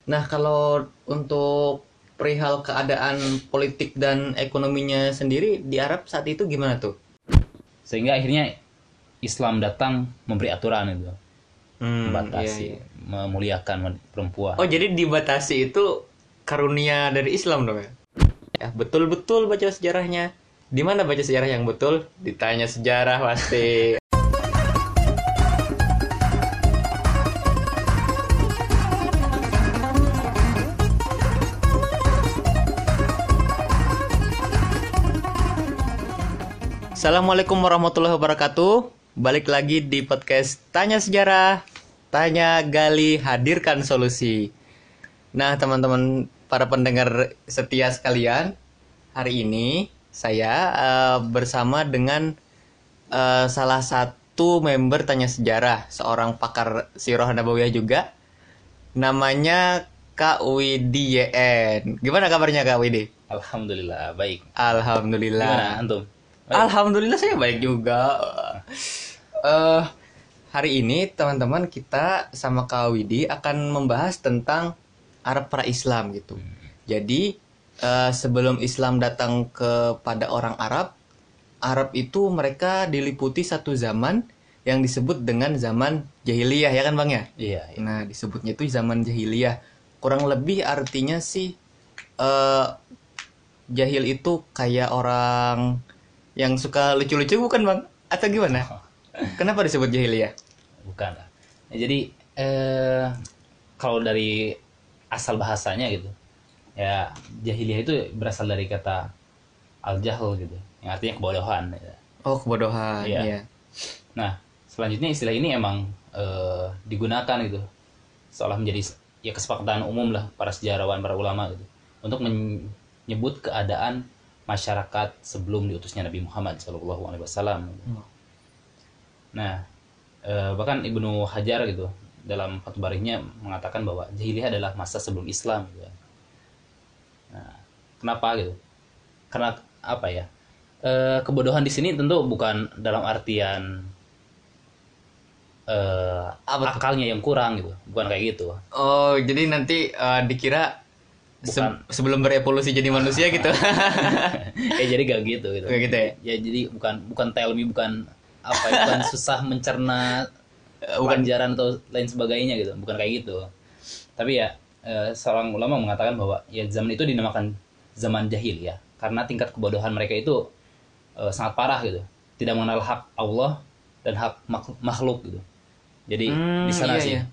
Nah, kalau untuk perihal keadaan politik dan ekonominya sendiri di Arab saat itu gimana tuh? Sehingga akhirnya Islam datang memberi aturan itu, Iya, membatasi, iya. memuliakan perempuan. Oh, jadi dibatasi itu karunia dari Islam dong ya? Ya, betul-betul baca sejarahnya. Di mana baca sejarah yang betul? Ditanya sejarah pasti. Assalamualaikum warahmatullahi wabarakatuh. Balik lagi di podcast Tanya Sejarah. Tanya, gali, hadirkan solusi. Nah, teman-teman para pendengar setia sekalian, hari ini saya bersama dengan salah satu member Tanya Sejarah, seorang pakar Sirah Nabawiyah juga. Namanya Kak Widi YN. Gimana kabarnya Kak Widi? Alhamdulillah baik. Alhamdulillah. Gimana antum? Baik. Alhamdulillah saya baik juga. Eh Hari ini teman-teman kita sama Kak Widi akan membahas tentang Arab pra-Islam gitu. Jadi sebelum Islam datang kepada orang Arab, Arab itu mereka diliputi satu zaman yang disebut dengan zaman jahiliyah ya kan Bang ya? Iya, iya. Nah, disebutnya itu zaman jahiliyah. Kurang lebih artinya sih eh jahil itu kayak orang yang suka lucu-lucu bukan Bang? Atau gimana? Kenapa disebut jahiliyah? Bukan lah. Nah, jadi kalau dari asal bahasanya gitu, ya jahiliyah itu berasal dari kata al-jahl gitu, yang artinya kebodohan. Ya. Oh, kebodohan. Iya. Iya. Nah, selanjutnya istilah ini emang digunakan gitu, seolah menjadi ya kesepakatan umum lah para sejarawan, para ulama gitu, untuk menyebut keadaan masyarakat sebelum diutusnya Nabi Muhammad SAW. Nah, bahkan Ibnu Hajar gitu dalam Fathul Barihnya mengatakan bahwa jahiliyah adalah masa sebelum Islam. Gitu. Nah, kenapa gitu? Karena apa ya? Kebodohan di sini tentu bukan dalam artian Apa tuh? akalnya yang kurang gitu, bukan kayak gitu. Oh, jadi nanti dikira Bukan. sebelum berevolusi jadi manusia gitu. Jadi gak gitu gitu. Kayak gitu ya? Ya jadi bukan tell me, bukan apa ya, bukan susah mencerna Bukan. pelajaran atau lain sebagainya gitu, bukan kayak gitu. Tapi ya seorang ulama mengatakan bahwa ya zaman itu dinamakan zaman jahil ya karena tingkat kebodohan mereka itu sangat parah gitu, tidak mengenal hak Allah dan hak makhluk gitu. Jadi di sana iya, sih iya.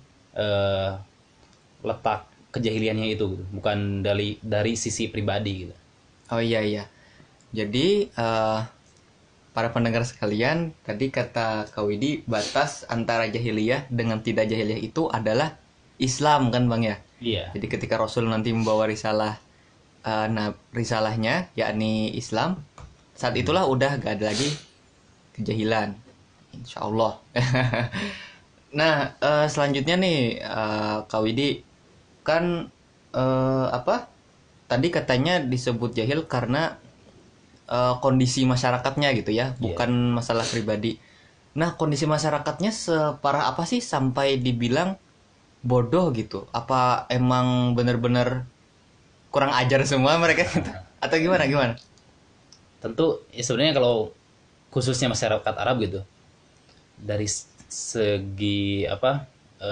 letak kejahiliannya itu gitu, bukan dari sisi pribadi gitu. Oh iya, iya. Jadi para pendengar sekalian, tadi kata Kak Widi, batas antara jahiliyah dengan tidak jahiliyah itu adalah Islam kan Bang ya? Iya. Jadi ketika Rasul nanti membawa risalah risalahnya yakni Islam, saat itulah udah gak ada lagi kejahilan. Insya Allah. Nah, selanjutnya nih Kak Widi kan apa? Tadi katanya disebut jahil karena kondisi masyarakatnya gitu ya, bukan masalah pribadi. Nah, kondisi masyarakatnya separah apa sih sampai dibilang bodoh gitu? Apa emang bener-bener kurang ajar semua mereka gitu? Atau gimana gimana? Tentu ya sebenarnya kalau khususnya masyarakat Arab gitu, dari segi apa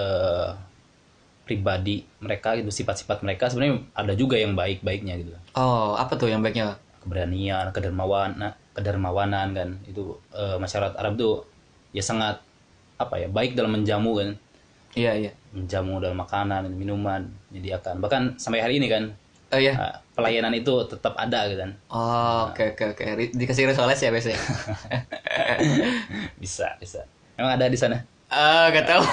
pribadi mereka gitu, sifat-sifat mereka sebenarnya ada juga yang baik-baiknya gitu. Oh, apa tuh yang baiknya? Keberanian, kedermawanan kan itu, masyarakat Arab tuh ya sangat apa ya, baik dalam menjamu kan, Iya, iya. menjamu dalam makanan, minuman, menyediakan. Bahkan sampai hari ini kan Oh iya. pelayanan itu tetap ada gitu kan. Oh, oke oke oke. Dikasih resoles ya biasanya. Bisa. Emang ada di sana. Ah, gak tahu.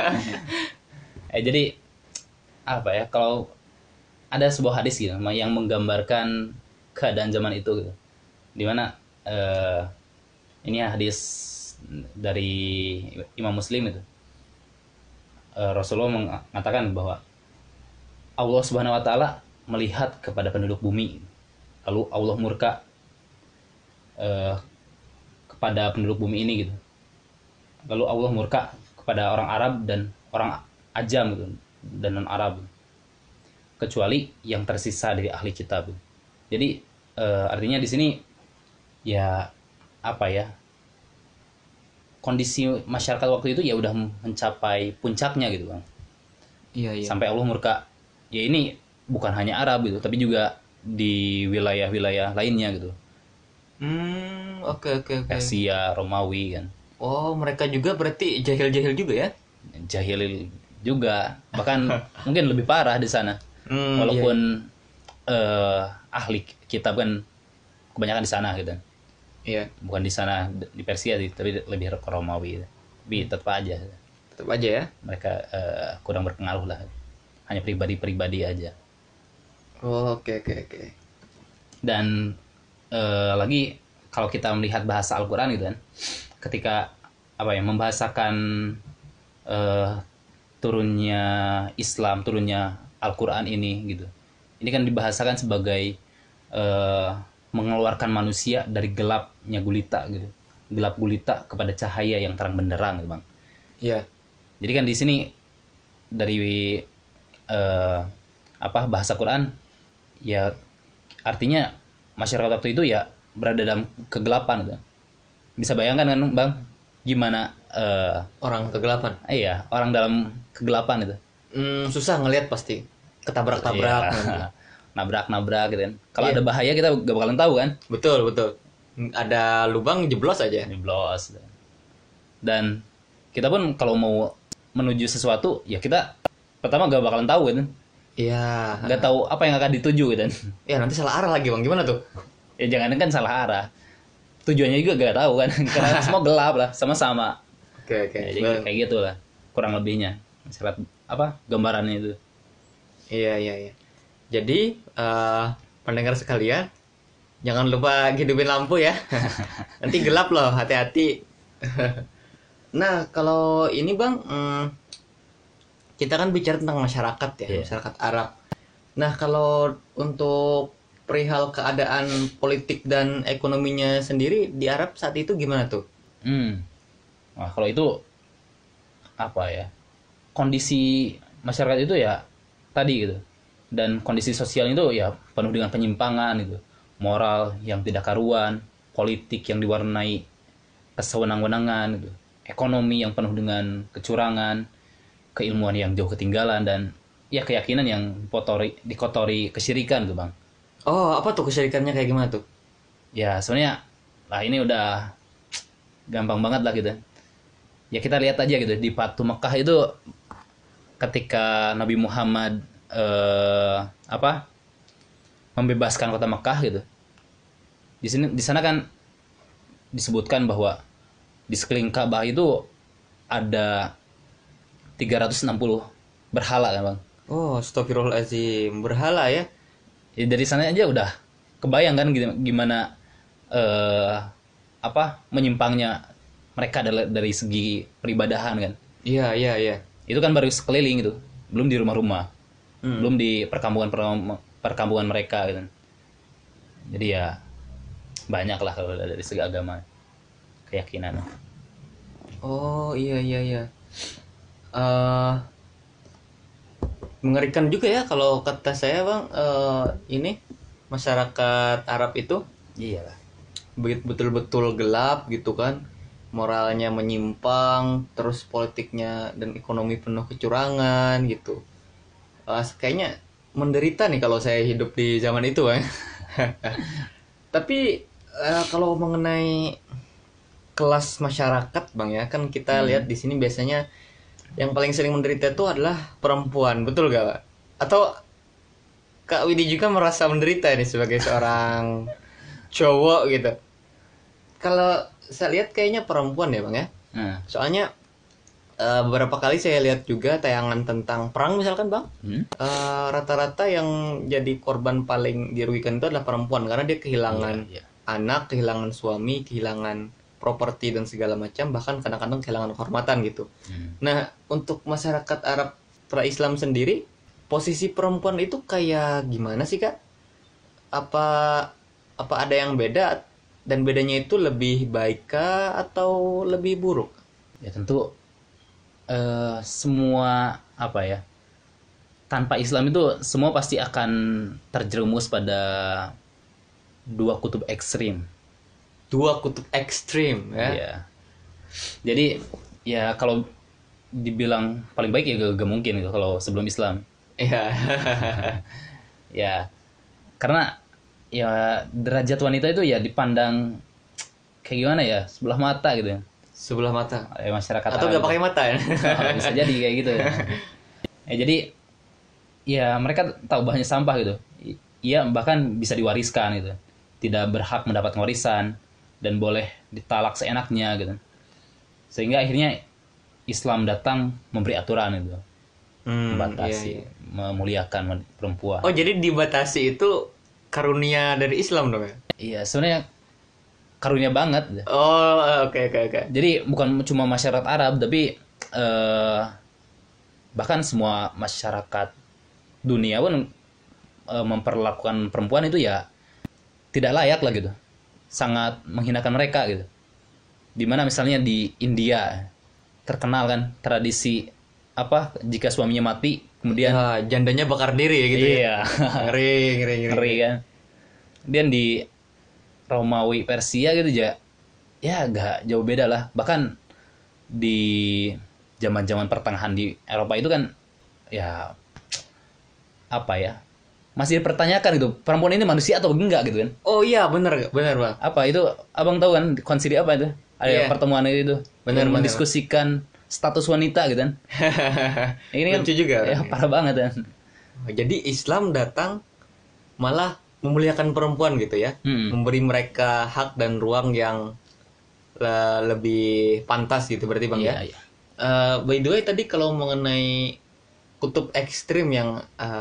Jadi apa ya, kalau ada sebuah hadis gitu yang menggambarkan keadaan zaman itu gitu, dimana ini hadis dari Imam Muslim itu, Rasulullah mengatakan bahwa Allah Subhanahu Wa Taala melihat kepada penduduk bumi, lalu Allah murka kepada penduduk bumi ini gitu, lalu Allah murka kepada orang Arab dan orang Ajam gitu, dan non Arab. kecuali yang tersisa dari ahli kitab. Jadi artinya di sini ya apa ya, kondisi masyarakat waktu itu ya udah mencapai puncaknya gitu bang, Iya, iya. sampai Allah murka. Ya ini bukan hanya Arab gitu, tapi juga di wilayah-wilayah lainnya gitu, Oke, oke, oke. Persia, Romawi kan, Oh, mereka juga berarti jahil-jahil juga ya? jahil juga, bahkan mungkin lebih parah di sana. Iya, Walaupun ahli kitab kan kebanyakan di sana gitu, iya. bukan di sana di Persia sih, tapi lebih ke Romawi. Tapi tetap aja Tetap aja ya. mereka kurang berpengaruh lah, hanya pribadi-pribadi aja. Oh, oke, oke, oke. Dan lagi kalau kita melihat bahasa Al-Quran gitu kan, ketika apa ya, membahasakan eh, turunnya Islam, turunnya Al-Quran ini gitu, ini kan dibahasakan sebagai mengeluarkan manusia dari gelapnya gulita gitu, gelap gulita kepada cahaya yang terang benderang gitu bang. Iya. Jadi kan di sini dari apa bahasa Quran ya, artinya masyarakat waktu itu ya berada dalam kegelapan gitu. Bisa bayangkan kan bang, gimana Orang kegelapan. iya orang dalam kegelapan itu. Susah ngelihat pasti. Ketabrak-tabrak nanti. Iya. Nabrak-nabrak gitu kan. Kalau Iya. ada bahaya kita gak bakalan tahu kan. Betul, betul. Ada lubang jeblos aja. Jeblos. Dan kita pun kalau mau menuju sesuatu ya kita pertama gak bakalan tahu kan. Iya. Gak tahu apa yang akan dituju gitu kan. Ya, nanti salah arah lagi, Bang. Gimana tuh? Ya jangan kan salah arah. Tujuannya juga gak tahu kan. Karena semua gelap lah, sama-sama. Oke, oke. Ya, jadi kayak gitulah kurang lebihnya. Masyarakat apa gambarannya itu. Iya, iya, iya. Jadi, pendengar sekalian, jangan lupa hidupin lampu ya. Nanti gelap loh, hati-hati. Nah, kalau ini Bang, kita kan bicara tentang masyarakat ya, Iya. masyarakat Arab. Nah, kalau untuk perihal keadaan politik dan ekonominya sendiri di Arab saat itu gimana tuh? Nah, kalau itu apa ya? Kondisi masyarakat itu ya tadi gitu. Dan kondisi sosial itu ya penuh dengan penyimpangan gitu. Moral yang tidak karuan, politik yang diwarnai kesewenang-wenangan gitu. Ekonomi yang penuh dengan kecurangan, keilmuan yang jauh ketinggalan, dan ya keyakinan yang dikotori kesyirikan tuh bang. Oh, apa tuh kesyirikannya kayak gimana tuh? Ya sebenarnya lah ini udah gampang banget lah gitu. Ya kita lihat aja gitu di Fatu Mekah itu, ketika Nabi Muhammad apa membebaskan kota Mekah gitu. Di sana kan disebutkan bahwa di sekeliling Ka'bah itu ada 360 berhala kan bang. Oh, astagfirullahaladzim. Berhala ya? Ya, dari sana aja udah kebayang kan gimana apa menyimpangnya mereka dari segi peribadahan kan. Iya, iya, iya. Itu kan baru sekeliling itu, belum di rumah-rumah, belum di perkampungan mereka gitu. Jadi ya banyak lah kalau dari segi agama, keyakinan. Oh, iya, iya, iya. eh Mengerikan juga ya kalau kata saya Bang, ini masyarakat Arab itu Iya lah. betul-betul gelap gitu kan, moralnya menyimpang, terus politiknya dan ekonomi penuh kecurangan gitu. Kayaknya menderita nih kalau saya hidup di zaman itu Bang. Tapi kalau mengenai kelas masyarakat Bang ya, kan kita lihat di sini biasanya yang paling sering menderita itu adalah perempuan, betul gak Pak? Atau Kak Widi juga merasa menderita nih sebagai seorang cowok gitu? Kalau saya lihat kayaknya perempuan ya Bang ya. Nah, Soalnya beberapa kali saya lihat juga tayangan tentang perang misalkan Bang. Rata-rata yang jadi korban paling dirugikan itu adalah perempuan, karena dia kehilangan Iya, iya. anak, kehilangan suami, kehilangan properti dan segala macam, bahkan kadang-kadang kehilangan kehormatan gitu. Nah, untuk masyarakat Arab pra-Islam sendiri, posisi perempuan itu kayak gimana sih Kak? Apa apa ada yang beda, dan bedanya itu lebih baik kah atau lebih buruk? Ya tentu semua apa ya, tanpa Islam itu semua pasti akan terjerumus pada dua kutub ekstrim. Dua kutub ekstrim ya. Iya. Jadi ya kalau dibilang paling baik ya gak mungkin gitu kalau sebelum Islam. Iya. Ya karena ya derajat wanita itu ya dipandang kayak gimana ya, sebelah mata gitu ya. Sebelah mata. Masyarakat Atau Arab gak pakai mata ya? Oh, bisa jadi kayak gitu ya. Jadi ya mereka tahu banyak sampah gitu. Iya bahkan bisa diwariskan gitu. Tidak berhak mendapat warisan dan boleh ditalak seenaknya gitu. Sehingga akhirnya Islam datang memberi aturan gitu. Membatasi, iya. memuliakan perempuan. Oh, jadi dibatasi itu karunia dari Islam dong ya? Iya, sebenarnya karunia banget. Oh, oke. Jadi bukan cuma masyarakat Arab, tapi bahkan semua masyarakat dunia pun memperlakukan perempuan itu ya tidak layak lah gitu, sangat menghinakan mereka gitu. Dimana misalnya di India terkenal kan tradisi apa, jika suaminya mati kemudian Ya, jandanya bakar diri ya gitu ya? iya Ngeri. ngeri kan. Kemudian di Romawi Persia gitu ya agak jauh beda lah. Bahkan di zaman-zaman pertengahan di Eropa itu kan ya apa ya, masih dipertanyakan gitu, perempuan ini manusia atau enggak gitu kan. Oh iya, bener Bang. Apa itu, abang tahu kan konsili apa itu, ada Iya. pertemuan itu Benar. yang mendiskusikan status wanita gitu kan. Ini kan Lucu juga. ya parah banget kan. Jadi Islam datang malah memuliakan perempuan gitu ya, memberi mereka hak dan ruang yang lebih pantas gitu berarti Bang ya. Iya. By the way tadi kalau mengenai kutub ekstrim yang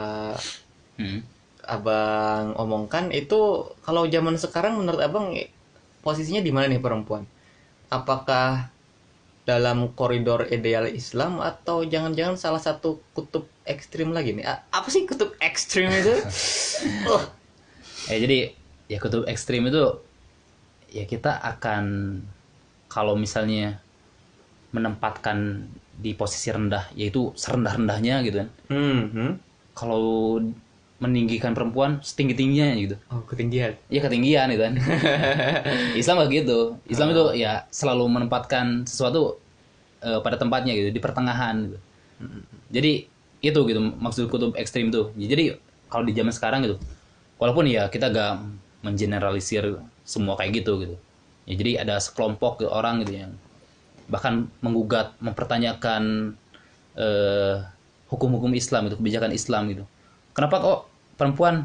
Abang omongkan itu, kalau zaman sekarang menurut Abang posisinya di mana nih perempuan? Apakah dalam koridor ideal Islam atau jangan-jangan salah satu kutub ekstrim lagi nih? Apa sih kutub ekstrim itu? Jadi ya kutub ekstrim itu ya kita akan, kalau misalnya menempatkan di posisi rendah, yaitu serendah-rendahnya gitu kan. Kalau meninggikan perempuan setinggi-tingginya gitu. Oh, ketinggian. Ya ketinggian itu kan. Islam gak gitu. Islam itu ya selalu menempatkan sesuatu pada tempatnya gitu, di pertengahan gitu. Jadi itu gitu maksud kutub ekstrim tuh. Jadi kalau di zaman sekarang gitu, walaupun ya kita gak mengeneralisir semua kayak gitu gitu. Ya jadi ada sekelompok orang gitu yang bahkan menggugat, mempertanyakan hukum-hukum Islam itu, kebijakan Islam gitu. Kenapa kok perempuan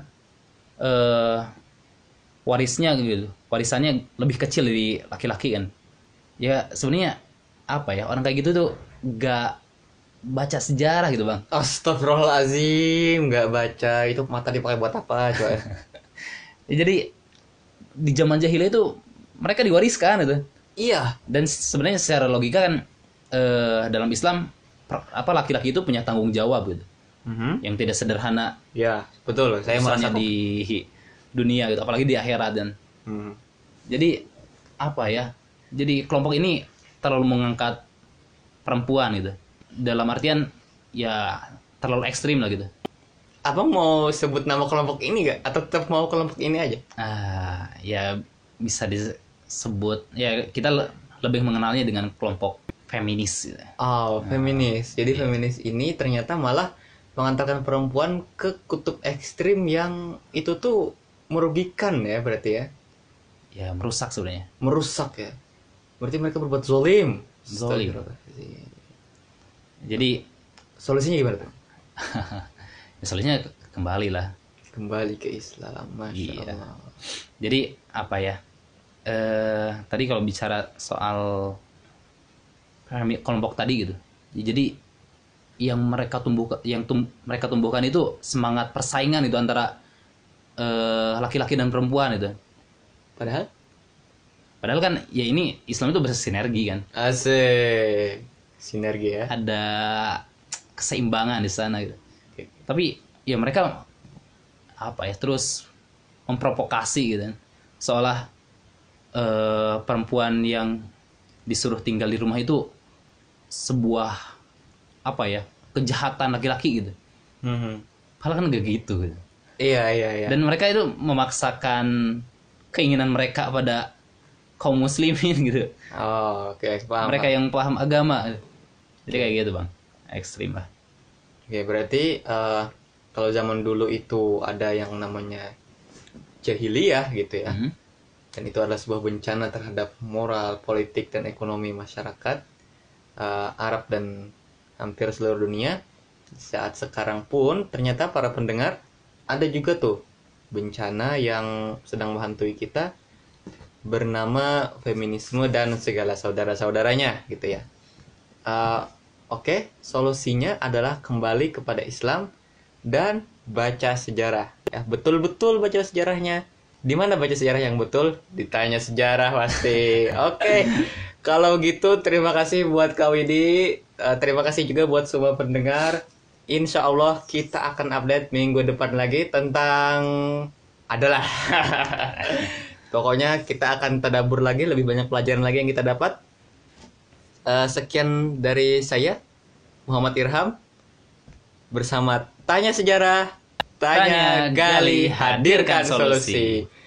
warisannya lebih kecil dari laki-laki kan? Ya sebenarnya apa ya, orang kayak gitu tuh gak baca sejarah gitu Bang. Astagfirullahaladzim, nggak baca. Itu mata dipakai buat apa coba? Ya, jadi di zaman jahiliyah itu mereka diwariskan gitu. Iya. Dan sebenarnya secara logika kan dalam Islam laki-laki itu punya tanggung jawab gitu. Yang tidak sederhana. Ya, betul. Saya merasa di dunia gitu, apalagi di akhirat dan. Jadi apa ya? Jadi kelompok ini terlalu mengangkat perempuan gitu. Dalam artian ya terlalu ekstrim lah gitu. Abang mau sebut nama kelompok ini gak? Atau tetap mau kelompok ini aja? Ya bisa disebut ya, kita lebih mengenalnya dengan kelompok feminis gitu. Oh, feminis. Jadi feminis ini ternyata malah mengantarkan perempuan ke kutub ekstrim yang itu tuh merugikan ya berarti ya? Ya merusak sebenarnya. Merusak ya? Berarti mereka berbuat zolim. Zolim. Jadi solusinya gimana tuh? Solusinya kembali lah. Kembali ke Islam, Masya Allah. Jadi apa ya? Tadi kalau bicara soal kelompok tadi gitu. Jadi yang mereka tumbuhkan itu semangat persaingan itu antara laki-laki dan perempuan itu. Padahal kan ya ini Islam itu bersinergi kan. Asik. Sinergi ya. Ada keseimbangan di sana gitu. Tapi ya mereka apa ya, terus memprovokasi gitu kan. Seolah perempuan yang disuruh tinggal di rumah itu sebuah apa ya, kejahatan laki-laki gitu. Mhm. Padahal kan gak gitu gitu. Iya, iya, iya. Dan mereka itu memaksakan keinginan mereka pada kaum muslimin gitu. Oh, oke, paham. Mereka Paham. yang paham agama. Jadi kayak gitu bang, ekstrim lah. Oke, berarti kalau zaman dulu itu ada yang namanya jahiliyah gitu ya. Mhm. Dan itu adalah sebuah bencana terhadap moral, politik, dan ekonomi masyarakat Arab dan hampir seluruh dunia. Saat sekarang pun ternyata para pendengar ada juga tuh bencana yang sedang menghantui kita bernama feminisme dan segala saudara-saudaranya gitu ya. Uh, Oke, solusinya adalah kembali kepada Islam dan baca sejarah. Ya, betul-betul baca sejarahnya. Di mana baca sejarah yang betul? Ditanya sejarah pasti. Oke, kalau gitu terima kasih buat Kak Widi. Terima kasih juga buat semua pendengar. Insya Allah kita akan update minggu depan lagi tentang adalah. Pokoknya kita akan tadabur lagi, lebih banyak pelajaran lagi yang kita dapat. Sekian dari saya, Muhammad Irham, bersama Tanya Sejarah, Tanya Tanya, Gali, gali, hadirkan hadirkan solusi. solusi.